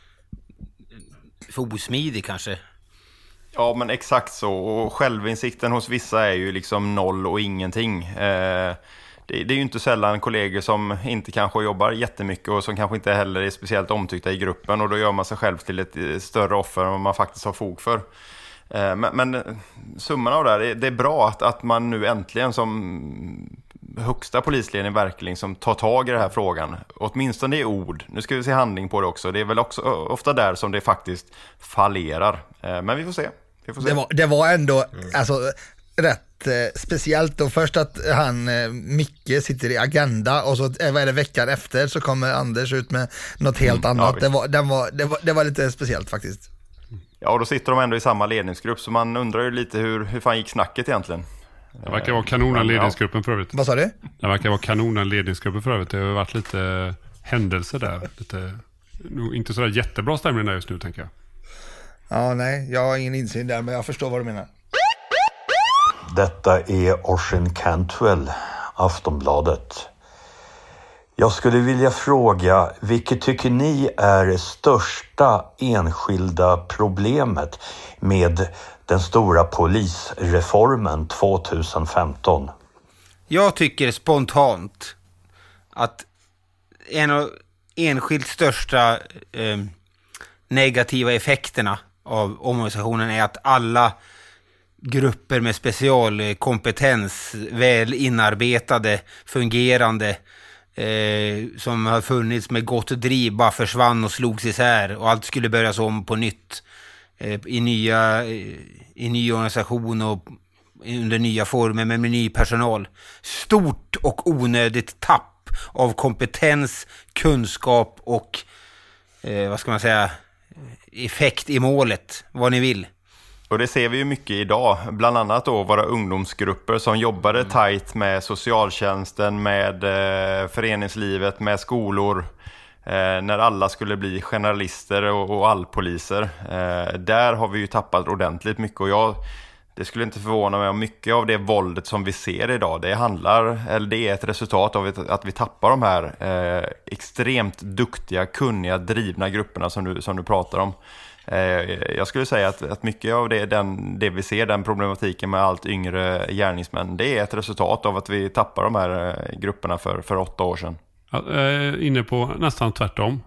För osmidig kanske. Ja, men exakt så. Och självinsikten hos vissa är ju liksom noll och ingenting. Eh, det, det är ju inte sällan kollegor som inte kanske jobbar jättemycket och som kanske inte heller är speciellt omtyckta i gruppen. Och då gör man sig själv till ett större offer än vad man faktiskt har fog för. Eh, men, men summan av det här, det, det är bra att, att man nu äntligen som högsta polisledning verkligen som tar tag i den här frågan. Åtminstone i ord. Nu ska vi se handling på det också. Det är väl också ofta där som det faktiskt fallerar. Eh, men vi får se. Vi får se. Det, var, det var ändå alltså, rätt eh, speciellt då. Först att han, eh, Micke, sitter i Agenda och så eh, vad är det, veckan efter så kommer Anders ut med något helt Mm, annat. ja, det, var, den var, det, var, det var lite speciellt faktiskt. Ja, och då sitter de ändå i samma ledningsgrupp, så man undrar ju lite hur, hur fan gick snacket egentligen. Det verkar vara kanonen ledningsgruppen för övrigt. Vad sa du? Det verkar vara kanonen ledningsgruppen för övrigt. Det har varit lite händelser där. Lite, inte sådär jättebra stämning där just nu, tänker jag. Ja, nej, jag har ingen insyn där, men jag förstår vad du menar. Detta är Orson Cantwell, Aftonbladet. Jag skulle vilja fråga, vilket tycker ni är det största enskilda problemet med den stora polisreformen tjugohundrafemton? Jag tycker spontant att en av enskilt största eh, negativa effekterna av omorganisationen är att alla grupper med specialkompetens, väl inarbetade, fungerande, eh, som har funnits med gott driv, bara försvann och slogs isär och allt skulle börjas om på nytt eh, i nya i ny organisation och under nya former men med ny personal. Stort och onödigt tapp av kompetens, kunskap och eh, vad ska man säga, effekt i målet, vad ni vill. Och det ser vi ju mycket idag, bland annat då våra ungdomsgrupper som jobbade mm. tajt med socialtjänsten, med eh, föreningslivet, med skolor, eh, när alla skulle bli generalister och, och allpoliser. Eh, där har vi ju tappat ordentligt mycket, och jag, det skulle inte förvåna mig om mycket av det våldet som vi ser idag, det handlar, eller det är ett resultat av att vi tappar de här eh, extremt duktiga, kunniga, drivna grupperna som du, som du pratar om. Jag skulle säga att, att mycket av det, den, det vi ser, den problematiken med allt yngre gärningsmän, det är ett resultat av att vi tappar de här grupperna för, för åtta år sedan. Jag är inne på nästan tvärtom.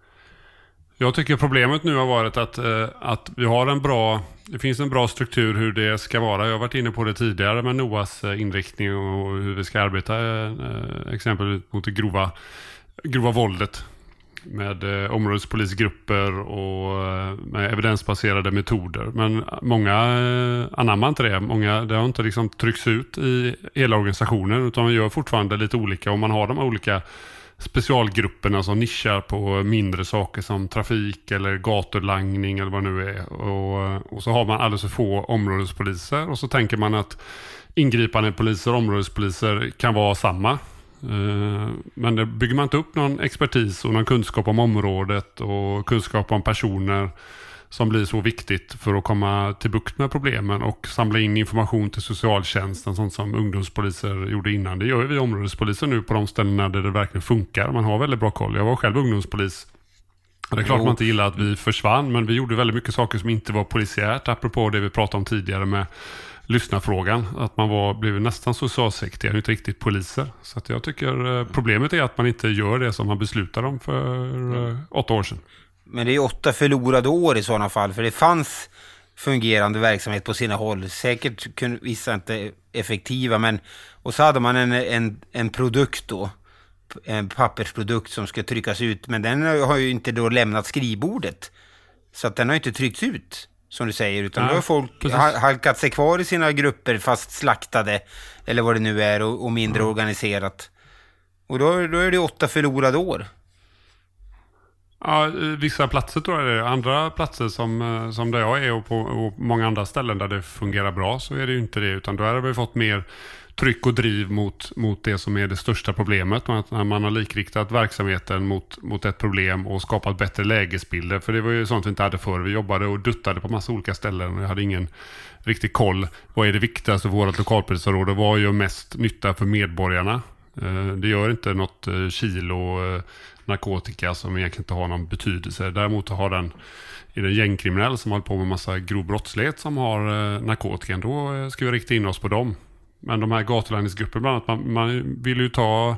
Jag tycker problemet nu har varit att, att vi har en bra, det finns en bra struktur hur det ska vara. Jag har varit inne på det tidigare med N O A:s inriktning och hur vi ska arbeta exempelvis mot det grova, grova våldet. Med eh, områdespolisgrupper och eh, med evidensbaserade metoder. Men många eh, anammar inte det. Många, det har inte liksom tryckts ut i hela organisationen, utan man gör fortfarande lite olika. Och man har de olika specialgrupperna som nischar på mindre saker som trafik eller gatulangning eller vad det nu är. Och, och så har man alldeles för få områdespoliser. Och så tänker man att ingripande poliser och områdespoliser kan vara samma. Men det bygger man inte upp någon expertis och någon kunskap om området och kunskap om personer som blir så viktigt för att komma till bukt med problemen och samla in information till socialtjänsten, sånt som ungdomspoliser gjorde innan. Det gör vi områdespoliser nu på de ställena där det verkligen funkar. Man har väldigt bra koll. Jag var själv ungdomspolis. Det är klart man inte gillar att vi försvann, men vi gjorde väldigt mycket saker som inte var polisiärt, apropå det vi pratade om tidigare med lyssnarfrågan, att man var, blev nästan socialsekreterare, inte riktigt poliser. Så att jag tycker problemet är att man inte gör det som man beslutade om för mm. åtta år sedan. Men det är åtta förlorade år i sådana fall, för det fanns fungerande verksamhet på sina håll. Säkert kunde vissa inte effektiva, men och så hade man en, en, en produkt då, en pappersprodukt som ska tryckas ut, men den har ju inte då lämnat skrivbordet. Så att den har inte tryckts ut, som du säger, utan ja, då har folk precis. halkat sig kvar i sina grupper fast slaktade, eller vad det nu är, och, och mindre mm. organiserat. Och då, då är det åtta förlorade år. Ja, vissa platser tror jag det är. Andra platser som, som där jag är och på och många andra ställen där det fungerar bra, så är det ju inte det, utan då har vi fått mer tryck och driv mot, mot det som är det största problemet. Man, man har likriktat verksamheten mot, mot ett problem och skapat bättre lägesbilder. För det var ju sånt vi inte hade förr. Vi jobbade och duttade på massa olika ställen och jag hade ingen riktig koll. Vad är det viktigaste för vårt lokalpolisområde? Vad gör mest nytta för medborgarna? Det gör inte något kilo narkotika som egentligen inte har någon betydelse. Däremot har den, är det gängkriminell som håller på med massa grov brottslighet som har narkotikan, då ska vi rikta in oss på dem. Men de här gatulangningsgrupperna bland annat, man, man vill ju ta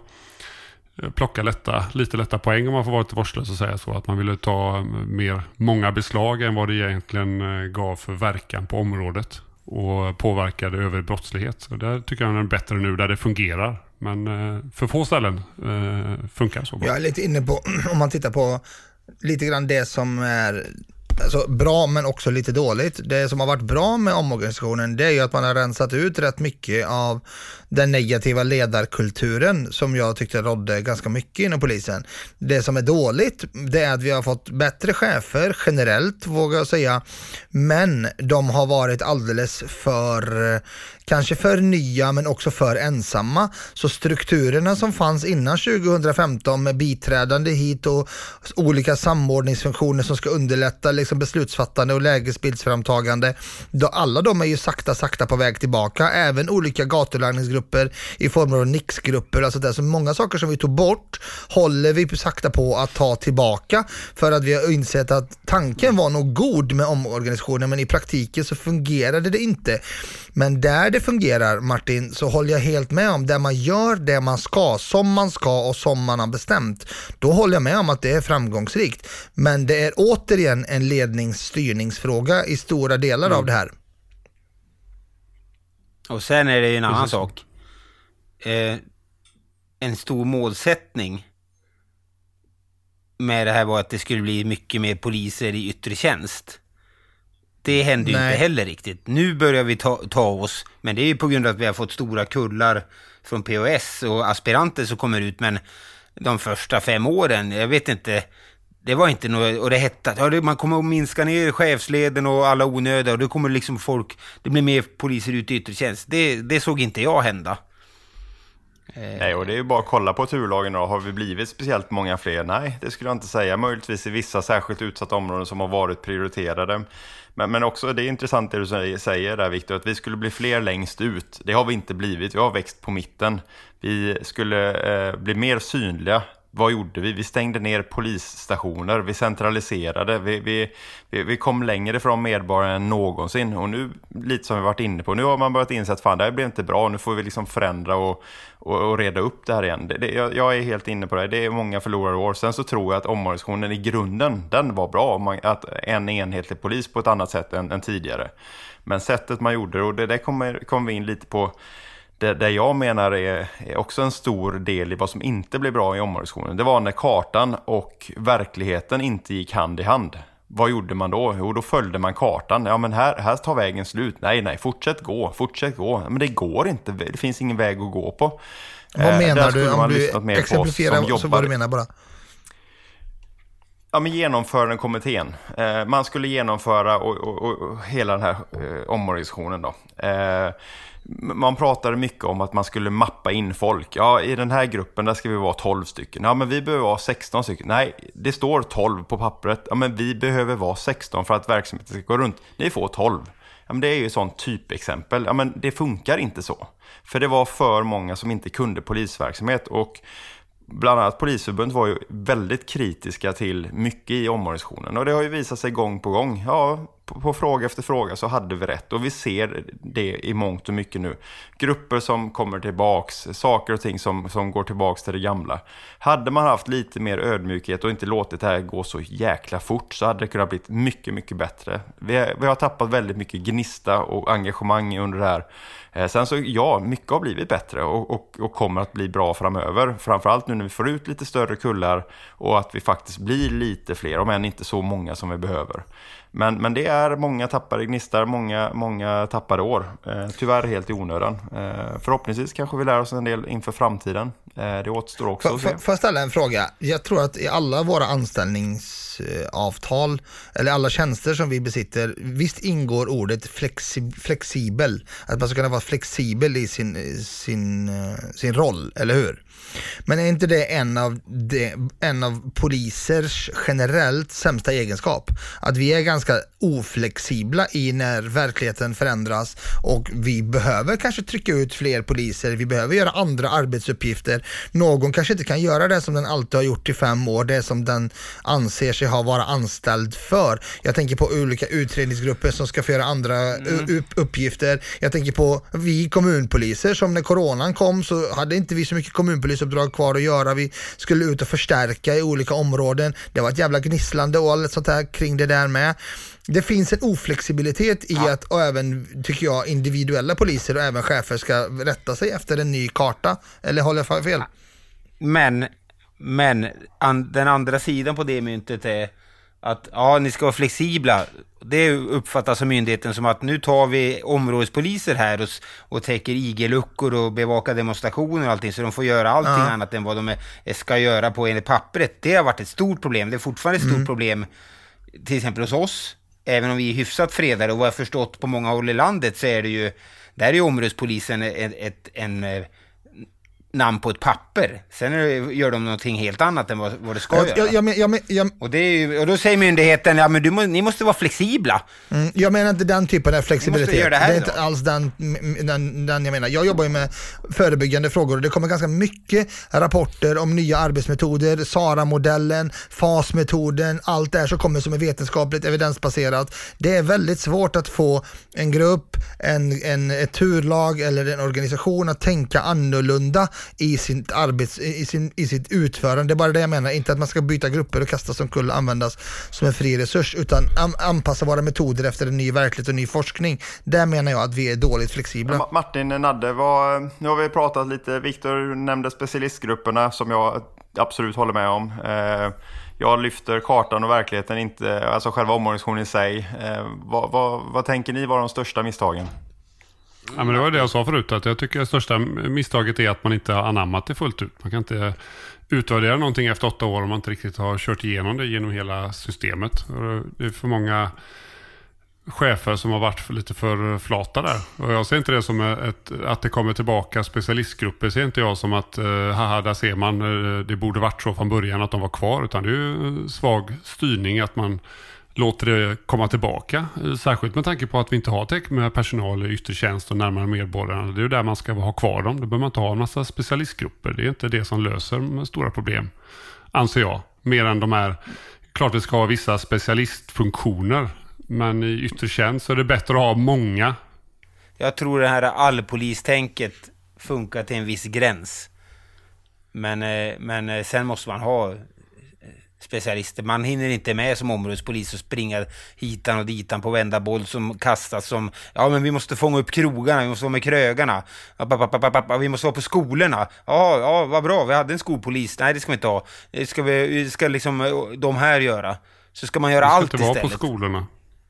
plocka lätta, lite lätta poäng om man får vara lite vårdslös och säga så, att man ville ta mer, många beslag än vad det egentligen gav för verkan på området och påverkade över brottslighet. Så där tycker jag den är bättre nu där det fungerar. Men för få ställen eh, funkar så bra. Jag är lite inne på, om man tittar på lite grann det som är alltså, bra men också lite dåligt. Det som har varit bra med omorganisationen, det är ju att man har rensat ut rätt mycket av den negativa ledarkulturen som jag tyckte rådde ganska mycket inom polisen. Det som är dåligt, det är att vi har fått bättre chefer generellt, vågar jag säga, men de har varit alldeles för kanske för nya men också för ensamma. Så strukturerna som fanns innan tjugohundrafemton med biträdande hit och olika samordningsfunktioner som ska underlätta liksom beslutsfattande och lägesbildsframtagande, då alla de är ju sakta sakta på väg tillbaka. Även olika gatulangningsgrupper i form av N I X-grupper, alltså det, så många saker som vi tog bort håller vi sakta på att ta tillbaka, för att vi har insett att tanken var nog god med omorganisationen, men i praktiken så fungerade det inte. Men där det fungerar, Martin, så håller jag helt med om, där man gör det man ska, som man ska och som man har bestämt, då håller jag med om att det är framgångsrikt. Men det är återigen en ledningsstyrningsfråga i stora delar mm. av det här. Och sen är det en annan Precis. sak. Eh, en stor målsättning med det här var att det skulle bli mycket mer poliser i yttre tjänst. Det händer ju inte heller riktigt. Nu börjar vi ta, ta oss, men det är ju på grund av att vi har fått stora kullar från P O S och aspiranter som kommer ut, men de första fem åren, jag vet inte, det var inte något, och det hette att ja, man kommer att minska ner chefsleden och alla onöda, och det kommer liksom folk, det blir mer poliser ut i yttre tjänst. Det, det såg inte jag hända. Nej, och det är ju bara att kolla på turlagen då. Har vi blivit speciellt många fler? Nej, det skulle jag inte säga. Möjligtvis i vissa särskilt utsatta områden som har varit prioriterade. Men, men också, det är intressant det du säger där, Victor, att vi skulle bli fler längst ut. Det har vi inte blivit. Vi har växt på mitten. Vi skulle eh, bli mer synliga. Vad gjorde vi? Vi stängde ner polisstationer, vi centraliserade, vi, vi, vi, vi kom längre från medborgarna än någonsin. Och nu, lite som vi varit inne på, nu har man börjat inse att fan, det här blir inte bra. Nu får vi liksom förändra och, och, och reda upp det här igen. Det, det, jag, jag är helt inne på det. Det är många förlorade år. Sen så tror jag att omorganisationen i grunden, den var bra. Man, att en enhetlig polis på ett annat sätt än, än tidigare. Men sättet man gjorde det, och det där kommer, kommer vi in lite på. Det, det jag menar är, är också en stor del i vad som inte blev bra i omorganisationen. Det var när kartan och verkligheten inte gick hand i hand. Vad gjorde man då? Jo, då följde man kartan. Ja, men här, här tar vägen slut. Nej, nej, fortsätt gå, fortsätt gå. Men det går inte, det finns ingen väg att gå på. Vad menar eh, du? Om du exemplifierar så vad du menar bara. Ja, men genomförandekommittén. Eh, man skulle genomföra och, och, och, och hela den här eh, omorganisationen då. Eh, Man pratade mycket om att man skulle mappa in folk. Ja, i den här gruppen där ska vi vara tolv stycken. Ja, men vi behöver vara sexton stycken. Nej, det står tolv på pappret. Ja, men vi behöver vara sexton för att verksamheten ska gå runt. Ni får tolv. Ja, men det är ju ett sånt typexempel. Ja, men det funkar inte så. För det var för många som inte kunde polisverksamhet. Och bland annat Polisförbundet var ju väldigt kritiska till mycket i omorganisationen. Och det har ju visat sig gång på gång. Ja, på, på fråga efter fråga så hade vi rätt. Och vi ser det i mångt och mycket nu. Grupper som kommer tillbaks, saker och ting som, som går tillbaks till det gamla. Hade man haft lite mer ödmjukhet och inte låtit det här gå så jäkla fort, så hade det kunnat bli mycket, mycket bättre. Vi, vi har tappat väldigt mycket gnista och engagemang under det här. Eh, sen så, ja, mycket har blivit bättre och, och, och kommer att bli bra framöver. Framförallt nu när vi får ut lite större kullar och att vi faktiskt blir lite fler, om än inte så många som vi behöver. Men, men det är många tappade gnistar, många, många tappade år. Eh, tyvärr helt i onödan. Eh, förhoppningsvis kanske vi lär oss en del inför framtiden. Eh, det återstår också för, för, för att ställa en fråga. Jag tror att i alla våra anställningsavtal eller alla tjänster som vi besitter, visst ingår ordet flexi, flexibel. Att man ska kunna vara flexibel i sin, sin, sin roll, eller hur? Men är inte det en av, det, en av polisers generellt sämsta egenskap? Att vi är ganska oflexibla i när verkligheten förändras och vi behöver kanske trycka ut fler poliser, vi behöver göra andra arbetsuppgifter. Någon kanske inte kan göra det som den alltid har gjort i fem år, det som den anser sig ha vara anställd för. Jag tänker på olika utredningsgrupper som ska få göra andra mm. uppgifter. Jag tänker på vi kommunpoliser som när coronan kom så hade inte vi så mycket kommunpolisuppdrag kvar att göra. Vi skulle ut och förstärka i olika områden. Det var ett jävla gnisslande och allt sånt här kring det där med. Det finns en oflexibilitet i ja. att och även, tycker jag, individuella poliser och även chefer ska rätta sig efter en ny karta. Eller håller jag fel? Men, men an, den andra sidan på det myntet är att ja, ni ska vara flexibla. Det uppfattas som myndigheten som att nu tar vi områdespoliser här och, och täcker I G-luckor och bevakar demonstrationer och allting, så de får göra allting ja. annat än vad de är, ska göra på enligt pappret. Det har varit ett stort problem. Det är fortfarande ett stort mm. problem till exempel hos oss. Även om vi är hyfsat fredade och vad jag förstått på många håll i landet så är det ju, där är ju områdespolisen ett, ett, en, en namn på ett papper. Sen gör de någonting helt annat än vad, vad det ska jag, göra. Jag, jag, jag, jag, och, det är ju, och då säger myndigheten, ja men du må, ni måste vara flexibla. Mm, jag menar inte den typen av flexibilitet. Det, det är inte alls den, den, den jag menar. Jag jobbar ju med förebyggande frågor och det kommer ganska mycket rapporter om nya arbetsmetoder, SARA-modellen, F A S-metoden, allt det här som kommer som är vetenskapligt evidensbaserat. Det är väldigt svårt att få en grupp, en, en, ett turlag eller en organisation att tänka annorlunda i sitt arbets, i, sin, i sitt utförande. Det är bara det jag menar, inte att man ska byta grupper och kasta som kull och användas som en fri resurs, utan an, anpassa våra metoder efter en ny verklighet och ny forskning. Där menar jag att vi är dåligt flexibla. Ja, Martin, Nadde, vad, nu har vi pratat lite, Victor nämnde specialistgrupperna som jag absolut håller med om. Eh, jag lyfter kartan och verkligheten, inte, alltså själva omorganisationen i sig. Eh, vad, vad, vad tänker ni var de största misstagen? Ja, men det var det jag sa förut, att jag tycker det största misstaget är att man inte har anammat det fullt ut. Man kan inte utvärdera någonting efter åtta år om man inte riktigt har kört igenom det genom hela systemet. Det är för många chefer som har varit för lite för flata där. Och jag ser inte det som ett, att det kommer tillbaka specialistgrupper. Ser inte jag som att haha, där ser man, det borde varit så från början att de var kvar. Utan det är ju svag styrning att man låter det komma tillbaka. Särskilt med tanke på att vi inte har tillräckligt med personal i yttre tjänst och närmare medborgarna. Det är ju där man ska ha kvar dem. Då behöver man inte ha en massa specialistgrupper. Det är inte det som löser stora problem, anser jag. Mer än de här, klart vi ska ha vissa specialistfunktioner. Men i yttre tjänst så är det bättre att ha många. Jag tror det här allpolistänket funkar till en viss gräns. Men, men sen måste man ha specialister. Man hinner inte med som områdespolis och springa hitan och ditan på vända boll som kastas som, ja men vi måste fånga upp krogarna, vi måste vara med krögarna, vi måste vara på skolorna. Ja, ja, vad bra, vi hade en skolpolis. Nej, det ska vi inte ha. Det ska, vi, det ska liksom de här göra. Så ska man göra allt istället. Vi ska inte vara på skolorna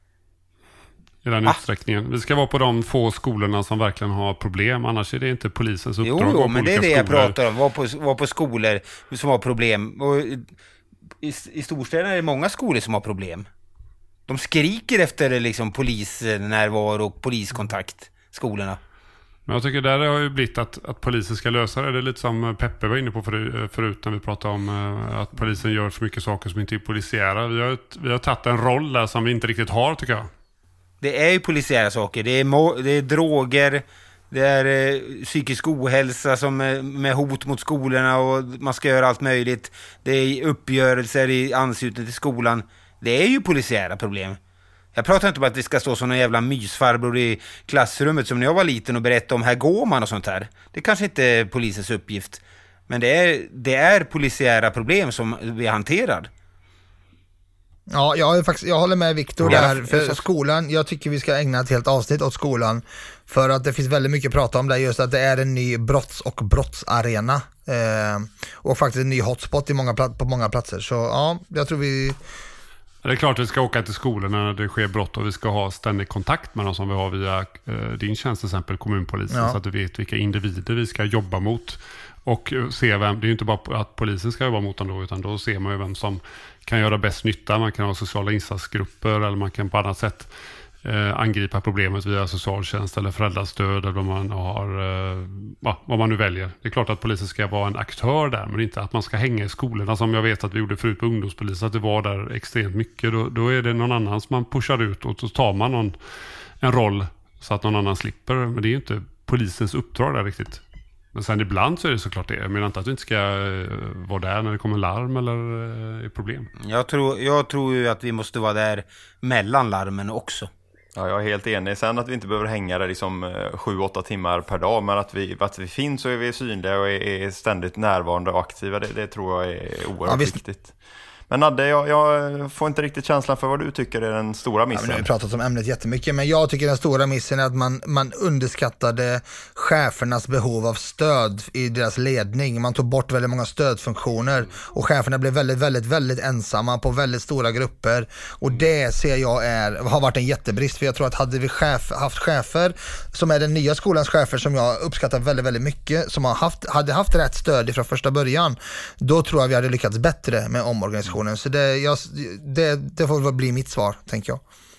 i den ah. utsträckningen. Vi ska vara på de få skolorna som verkligen har problem. Annars är det inte polisens uppdrag. Jo, jo men det är det jag skolor. pratar om. Var på, var på skolor som har problem. Och i, i storstäderna är det många skolor som har problem. De skriker efter liksom polisnärvaro och poliskontakt, skolorna. Men jag tycker där har ju blivit att, att polisen ska lösa det. Det är lite som Peppe var inne på för, förut när vi pratade om att polisen gör för mycket saker som inte är polisiära. Vi har, vi har tagit en roll där som vi inte riktigt har, tycker jag. Det är ju polisiära saker. Det är, mo- det är droger, det är eh, psykisk ohälsa som eh, med hot mot skolorna och man ska göra allt möjligt. Det är uppgörelser i anslutning till skolan. Det är ju polisiära problem. Jag pratar inte om att vi ska stå som en jävla mysfarbror i klassrummet som när jag var liten och berätta om här går man och sånt här. Det kanske inte är polisens uppgift. Men det är, det är polisiära problem som vi hanterar. Ja, jag, är faktiskt, jag håller med Viktor ja, där. För skolan, jag tycker vi ska ägna ett helt avsnitt åt skolan. För att det finns väldigt mycket att prata om där. Just att det är en ny brotts- och brottsarena. Eh, och faktiskt en ny hotspot i många, på många platser. Så ja, jag tror vi... Det är klart att vi ska åka till skolorna när det sker brott och vi ska ha ständig kontakt med dem som vi har via eh, din tjänst, till exempel kommunpolisen, ja. Så att du vet vilka individer vi ska jobba mot och se vem, det är ju inte bara att polisen ska jobba mot dem då, utan då ser man ju vem som kan göra bäst nytta. Man kan ha sociala insatsgrupper eller man kan på annat sätt eh, angripa problemet via socialtjänst eller föräldrastöd eller vad man har, eh, ja, vad man nu väljer. Det är klart att polisen ska vara en aktör där, men inte att man ska hänga i skolorna som jag vet att vi gjorde förut på ungdomspolisen, att det var där extremt mycket. Då, då är det någon annan som man pushar ut och så tar man någon, en roll så att någon annan slipper. Men det är ju inte polisens uppdrag där riktigt. Men sen ibland så är det såklart det. Jag menar inte att du inte ska vara där när det kommer larm eller är problem. Jag tror, jag tror ju att vi måste vara där mellan larmen också. Ja, jag är helt enig. Sen att vi inte behöver hänga där liksom sju åtta timmar per dag, men att vi, att vi finns och är vi synliga och är, är ständigt närvarande och aktiva, det, det tror jag är oerhört ja, viktigt. Men Nadde, jag, jag får inte riktigt känslan för vad du tycker är den stora missen. Ja, vi har pratat om ämnet jättemycket, men jag tycker den stora missen är att man, man underskattade chefernas behov av stöd i deras ledning. Man tog bort väldigt många stödfunktioner och cheferna blev väldigt, väldigt, väldigt ensamma på väldigt stora grupper. Och det ser jag är, har varit en jättebrist, för jag tror att hade vi chef, haft chefer som är den nya skolans chefer som jag uppskattar väldigt, väldigt mycket, som har haft, hade haft rätt stöd från första början, då tror jag vi hade lyckats bättre med omorganisationen. Så det, jag, det, det får väl bli mitt svar, tänker jag.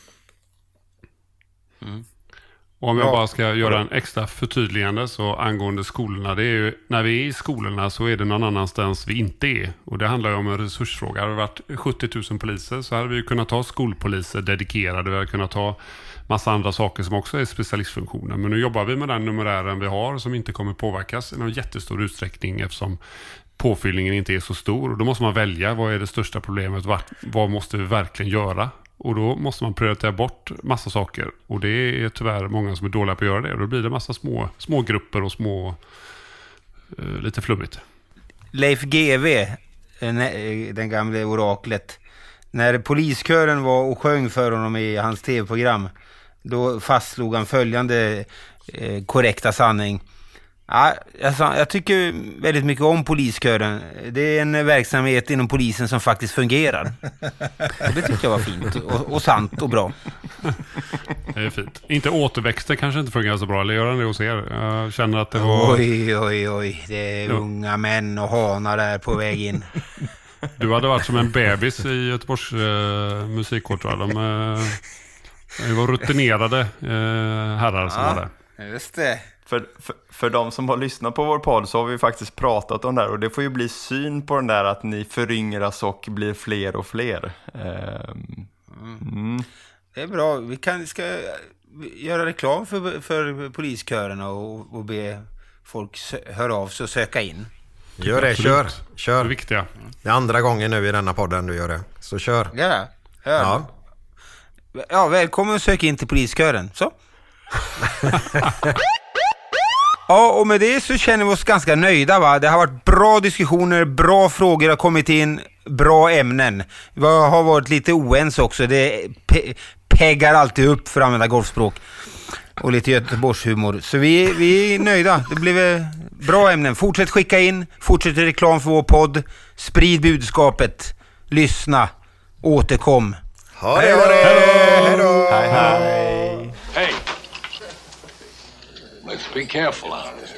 Mm. Och om jag bara ska göra en extra förtydligande så angående skolorna, det är ju, när vi är i skolorna så är det någon annanstans vi inte är. Och det handlar ju om en resursfråga. Hade det varit sjuttio tusen poliser så hade vi kunnat ta skolpoliser dedikerade. Vi hade kunnat ta massa andra saker som också är specialistfunktioner. Men nu jobbar vi med den numerären vi har som inte kommer påverkas i någon jättestor utsträckning eftersom påfyllningen inte är så stor. Och då måste man välja, vad är det största problemet? Vad, vad måste vi verkligen göra? Och då måste man prioritera bort massa saker. Och det är tyvärr många som är dåliga på att göra det. Och då blir det massa små, små grupper och små, eh, lite flummigt. Leif G W, den gamla oraklet, när poliskören var och sjöng för honom i hans tv-program, då fastslog han följande eh, korrekta sanning. Ja, alltså, jag tycker väldigt mycket om poliskören. Det är en verksamhet inom polisen som faktiskt fungerar. Det tycker jag var fint och, och sant och bra. Det är fint. Inte återväxten kanske inte fungerar så bra. Eller gör den det hos er? Jag känner att det var... Oj, oj, oj. Det är ja. unga män och hanar där på väg in. Du hade varit som en bebis i Göteborgs uh, musikkår, tror jag. De, uh, de var rutinerade uh, herrar som ja, var där. Just det. För, för, för de som har lyssnat på vår podd så har vi faktiskt pratat om det här. Och det får ju bli syn på den där att ni föryngras och blir fler och fler. Um, mm. Det är bra. Vi kan, ska göra reklam för, för poliskörerna och, och be folk sö- höra av sig och söka in. Gör det, kör. kör. Det är viktiga. Det är andra gången nu i denna podden du gör det. Så kör. Ja, ja. Ja, välkommen och sök in till poliskören. Så. Ja, och med det så känner vi oss ganska nöjda, va? Det har varit bra diskussioner, bra frågor har kommit in, bra ämnen. Vi har varit lite oense också. Det pe- peggar alltid upp för att använda golfspråk. Och lite Göteborgshumor. Så vi, vi är nöjda. Det blev bra ämnen. Fortsätt skicka in. Fortsätt reklam för vår podd. Sprid budskapet. Lyssna. Återkom. Ha det, ha det. Hej då. Hej, hej. Hey. Let's be careful out there.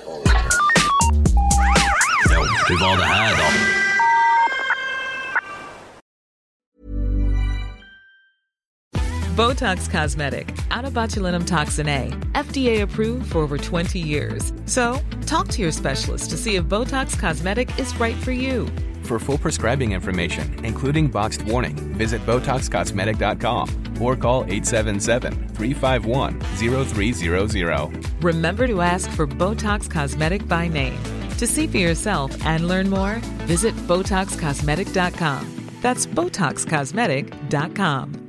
Ja, hur var det här då? Botox Cosmetic, out of botulinum toxin A, F D A approved for over twenty years. So, talk to your specialist to see if Botox Cosmetic is right for you. For full prescribing information, including boxed warning, visit Botox Cosmetic dot com or call eight seven seven, three five one, zero three zero zero. Remember to ask for Botox Cosmetic by name. To see for yourself and learn more, visit Botox Cosmetic dot com. That's Botox Cosmetic dot com.